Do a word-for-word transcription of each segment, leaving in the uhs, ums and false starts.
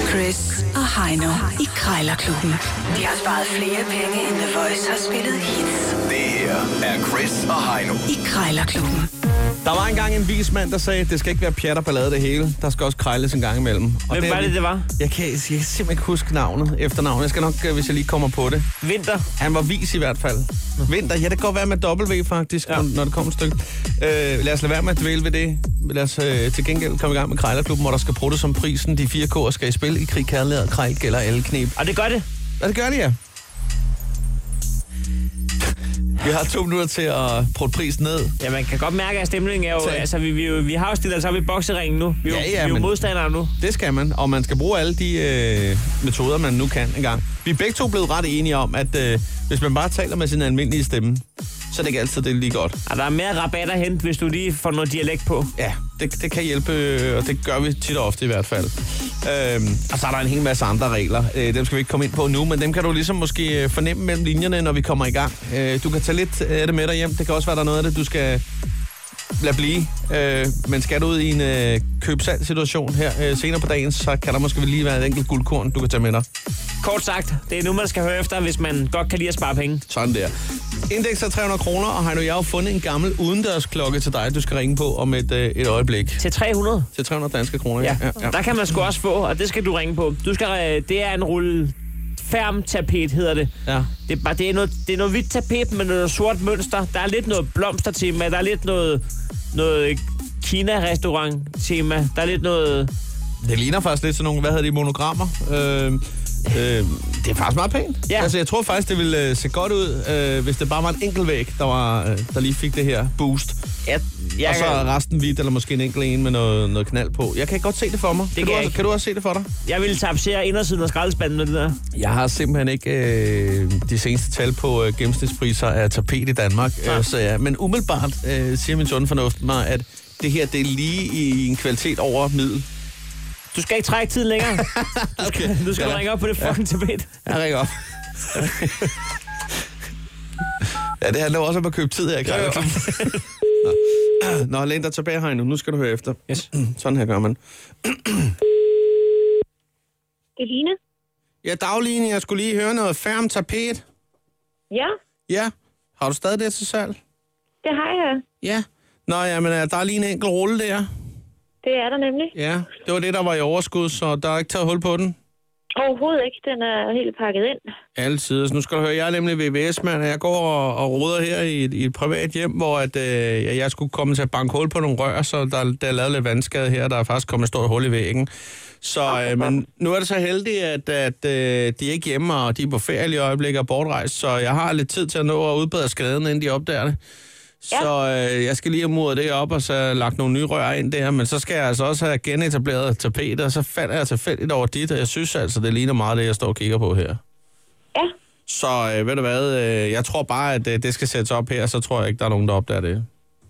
Chris og Heino i Krejlerklubben. De har sparet flere penge, end The Voice har spillet hits. Det her er Chris og Heino i Krejlerklubben. Der var engang en vismand, der sagde, at det skal ikke være pjat og ballade det hele. Der skal også krejles en gang imellem. Og Hvem var det, det var? Jeg kan, jeg kan simpelthen ikke huske navnet, efternavnet. Jeg skal nok, hvis jeg lige kommer på det. Vinter. Han var vis i hvert fald. Vinter, ja, det kan godt være med W faktisk, ja. når, når det kommer et stykke. Øh, lad os lade være med at dvæle ved det. Lad os øh, til gengæld komme i gang med Krejlerklubben, hvor der skal bruge det som prisen. De fire K'er skal i spil i krig, kærlighed og krejl gælder alle knep. Og det gør det? Ja, det gør det, ja. Vi har to minutter til at prøve prisen ned. Ja, man kan godt mærke, at stemningen er jo... Tag. Altså, vi, vi, vi har jo stillet os op i bokseringen nu. Vi er, Ja, jo, ja, vi er jo men modstandere nu. Det skal man, og man skal bruge alle de øh, metoder, man nu kan engang. Vi er begge to blevet ret enige om, at øh, hvis man bare taler med sin almindelige stemme, så er det ikke altid det er lige godt. Og der er mere rabat at hente, hvis du lige får noget dialekt på. Ja, det, det kan hjælpe, og det gør vi tit og ofte i hvert fald. Øhm, og så er der en hel masse andre regler. Øh, dem skal vi ikke komme ind på nu, men dem kan du ligesom måske fornemme mellem linjerne, når vi kommer i gang. Øh, du kan tage lidt af det med dig hjem. Det kan også være, der er noget af det, du skal lade blive. Øh, men skal du ud i en øh, køb-salg-situation her øh, senere på dagen, så kan der måske lige være et enkelt guldkorn, du kan tage med dig. Kort sagt, det er nu, man skal høre efter, hvis man godt kan lide at spare penge. Sådan der. Indeks er tre hundrede kroner, og har nu jeg har fundet en gammel udendørsklokke til dig, du skal ringe på om et, øh, et øjeblik. Til tre hundrede? Til tre hundrede danske kroner, ja. Ja, ja, ja. Der kan man sgu også få, og det skal du ringe på. Du skal, det er en rulle færmtapet, hedder det. Ja. Det er, bare, det, er noget, det er noget hvidt tapet med noget sort mønster. Der er lidt noget blomstertema, der er lidt noget, noget Kina-restaurant-tema. Der er lidt noget... Det ligner faktisk lidt sådan nogle, hvad hedder de, monogrammer. Øh, øh, det er faktisk meget pænt. Ja. Altså, jeg tror faktisk, det ville øh, se godt ud, øh, hvis det bare var en enkelt væg, der, var, øh, der lige fik det her boost. Ja, jeg og så kan... resten hvidt, eller måske en enkelt en med noget, noget knald på. Jeg kan godt se det for mig. Det kan, kan, du også, kan du også se det for dig? Jeg ville tapsere indersiden af skraldespanden med det der. Jeg har simpelthen ikke øh, de seneste tal på øh, gennemsnitspriser af tapet i Danmark. Ja. Øh, så ja. Men umiddelbart øh, siger min sunde fornuft mig, at det her det er lige i en kvalitet over middel. Du skal ikke trække tiden længere. Du skal, okay. du skal ja. ringe op på det fucking ja. tapet. Jeg ringer op. Ja, det handler også om at købe tid her i Krejlerklubben. Nå, Nå læn dig tilbage her nu. Nu skal du høre efter. Yes. Sådan her gør man. Det er Line. Ja, dagligene. Jeg skulle lige høre noget færm tapet. Ja, Ja. Har du stadig det til salg? det har jeg. Ja. Nå, jamen, der er lige en enkelt rulle der. Det er der nemlig. Ja, det var det, der var i overskud, så der er ikke taget hul på den. Overhovedet ikke. Den er helt pakket ind. Altid. Så nu skal du høre, jeg er nemlig V V S-mand, og jeg går og, og roder her i et, i et privat hjem, hvor at, øh, jeg skulle komme til at banke hul på nogle rør, så der, der er lavet lidt vandskade her, der er faktisk kommet et stort hul i væggen. Så øh, men nu er det så heldigt, at, at øh, de er ikke hjemme, og de er på ferie i øjeblikket og bortrejst, så jeg har lidt tid til at nå at udbedre skaden, inden de opdager det. Ja. Så øh, jeg skal lige have muret det op, og så lagt nogle nye rør ind der, men så skal jeg altså også have genetableret tapeter, og så falder jeg tilfældigt over dit, og jeg synes altså, det ligner meget det, jeg står og kigger på her. Ja. Så øh, ved du hvad, øh, jeg tror bare, at øh, det skal sættes op her, så tror jeg ikke, der er nogen, der opdager det.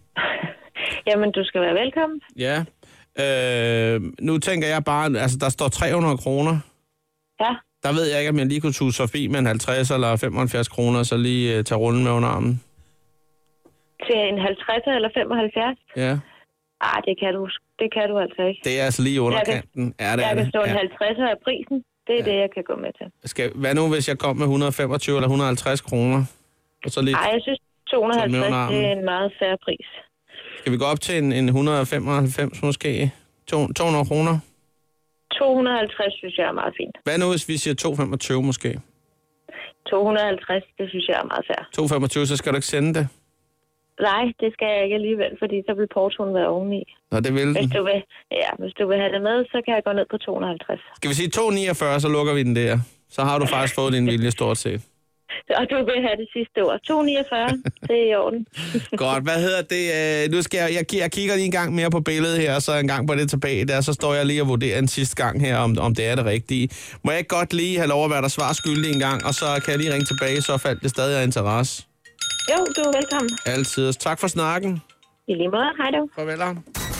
Jamen, du skal være velkommen. Ja. Øh, nu tænker jeg bare, altså der står tre hundrede kroner. Ja. Der ved jeg ikke, om jeg lige kunne tuge forbi med en halvtreds eller femoghalvfjerds kroner, så lige øh, tage rullen med under armen. Til en halvtreds eller femoghalvfjerds? Ja. Ah, det kan du, det kan du altså ikke. Det er altså lige under kanten. Ja, det jeg er kan det. stå en Ja. halvtredser af prisen. Det er Ja. det, jeg kan gå med til. Skal, hvad nu, hvis jeg kom med et hundrede og femogtyve eller et hundrede og halvtreds kroner? Og så lige, Nej, jeg synes to hundrede og halvtreds, under armen. det er en meget fair pris. skal vi gå op til en, en et hundrede og femoghalvfems måske? To, to hundrede kroner? to hundrede og halvtreds synes jeg er meget fint. Hvad nu, hvis vi siger to komma femogtyve måske? to hundrede og halvtreds, det synes jeg er meget fair. to komma femogtyve, så skal du ikke sende det? Nej, det skal jeg ikke alligevel, fordi så vil portoen være oveni. Nå, det vil den. Hvis du vil, ja, hvis du vil have det med, så kan jeg gå ned på to hundrede og halvtreds. Skal vi sige to komma niogfyrre, så lukker vi den der. Så har du faktisk fået din vilje stort set. Og du vil have det sidste ord. to komma niogfyrre, det er i orden. Godt, hvad hedder det? Uh, nu skal jeg, jeg, jeg kigger lige en gang mere på billedet her, og så en gang på det tilbage der, så står jeg lige og vurderer en sidste gang her, om, om det er det rigtige. Må jeg ikke godt lige have lov at være der svar skyldig en gang, og så kan jeg lige ringe tilbage, så faldt det stadig af interesse. Jo, du er velkommen. Altid. Tak for snakken. I lige måde. Hej du. Farvel. Nej.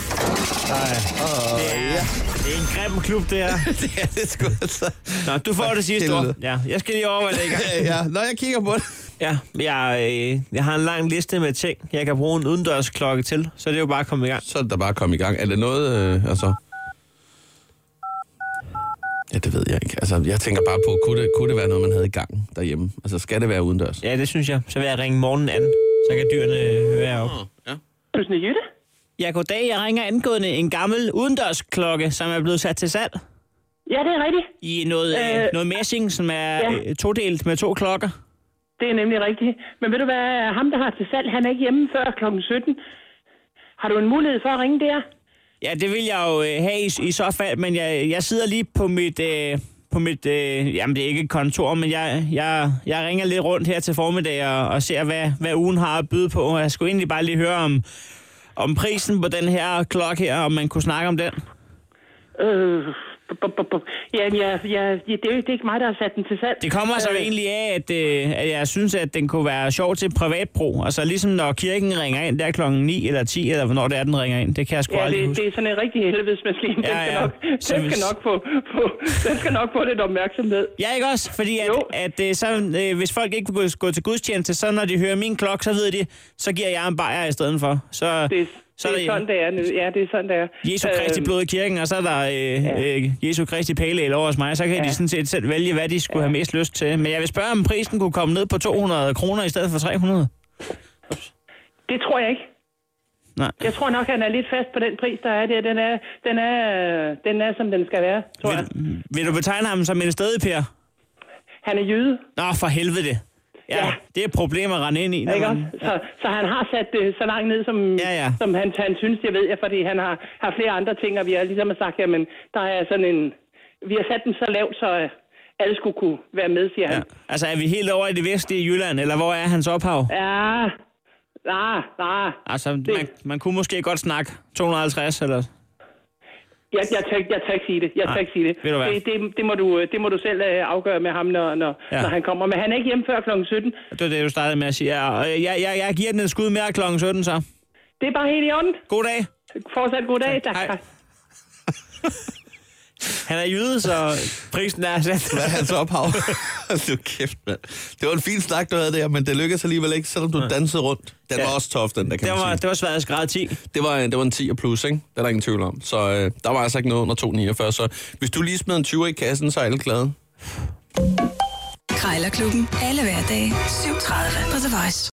Oh, det, er, ja. det er en grim klub, det her. Det er det sgu altså. Nå, du får det sidste ord. Ja, jeg skal lige overveje det ikke. Ja, når jeg kigger på det. Ja, jeg, øh, jeg har en lang liste med ting, jeg kan bruge en udendørsklokke til, så det er jo bare at komme i gang. Så er det da bare at komme i gang. Er det noget, øh, altså... Ja, det ved jeg ikke. Altså, jeg tænker bare på, kunne det, kunne det være noget, man havde i gang derhjemme? Altså, skal det være udendørs? Ja, det synes jeg. Så vil jeg ringe morgenen an, så kan dyrene høre op. Oh, ja. Tusind Jytte? Ja, goddag. Jeg ringer angående en gammel udendørsklokke, som er blevet sat til salg. Ja, det er rigtigt. I noget, øh, noget meshing, som er ja. øh, todelt med to klokker. Det er nemlig rigtigt. Men ved du hvad, ham der har til salg, han er ikke hjemme før klokken sytten. Har du en mulighed for at ringe der? Ja, det vil jeg jo øh, have i, i så fald, men jeg, jeg sidder lige på mit, øh, på mit øh, jamen det er ikke et kontor, men jeg, jeg, jeg ringer lidt rundt her til formiddag og, og ser, hvad, hvad ugen har at byde på. Jeg skulle egentlig bare lige høre om, om prisen på den her klokke her, om man kunne snakke om den. Øh... Ja, ja, ja, det, er, det er ikke mig, der har sat den til salg. Det kommer så øh. egentlig af, at, øh, at jeg synes, at den kunne være sjov til privatbrug. Altså ligesom når kirken ringer ind, der er klokken ni eller ti, eller hvornår det er, den ringer ind. Det kan jeg sgu ja, aldrig det, huske. det er sådan en rigtig helvedesmaskine. Ja, den, skal ja. nok, den, skal hvis... nok få, få, den skal nok få lidt opmærksomhed. Ja, ikke også? Fordi at, at, at så, øh, hvis folk ikke vil gå, gå til gudstjeneste, så når de hører min klokke, så ved de, så giver jeg en bajer i stedet for. Så... Det, Så det er sådan, det er. Ja, det er sådan, det er. Jesu Kristi blod i kirken, og så er der øh, ja. øh, Jesu Kristi pale el over hos mig. Så kan ja. de sådan set selv vælge, hvad de skulle ja. have mest lyst til. Men jeg vil spørge, om prisen kunne komme ned på to hundrede kroner i stedet for tre hundrede. Det tror jeg ikke. Nej. Jeg tror nok, han er lidt fast på den pris, der er der. Den er, den er, den er som den skal være, tror vil, jeg. Vil du betegne ham som en stedig, Per? Han er jøde. Nå, for helvede. Ja, ja, det er et problem at rende ind i. Ikke man... så, så han har sat det så langt ned, som, ja, ja. som han, han synes, det ved jeg, fordi han har, har flere andre ting, og vi har ligesom sagt, jamen, der er sådan en... Vi har sat den så lavt, så alle skulle kunne være med, siger han. Ja. Altså, er vi helt over i det vestlige Jylland, eller hvor er hans ophav? Ja, nej, nej. Altså, man, man kunne måske godt snakke to hundrede og halvtreds, eller... Jeg, jeg, tør, jeg tør ikke sige det. Jeg tør ikke sige det. Det, det, det, må du, det må du selv uh, afgøre med ham, når, når, ja. når han kommer. Men han er ikke hjemme før klokken sytten. Det er det, du startede med at sige. Ja, jeg, jeg, jeg giver den et skud mere klokken sytten, så. Det er bare helt i orden. God dag. Fortsat god dag. Tak. Hej. Han er jyde, så prisen er sat. Hvad er hans ophav? Du kæft, mand. Det var en fin snak, du havde der, men det lykkedes alligevel ikke, selvom du dansede rundt. Den ja. var også tof, den der, kan det man var, sige. Det var sværhedsgrad ti. Det var, det var en ti og plus, ikke? Det er der ingen tvivl om. Så øh, der var altså ikke noget under to niogfyrre, så hvis du lige smed en tyver i kassen, så er alle glade. Krejlerklubben. Alle hverdage. syv tredive på The Voice.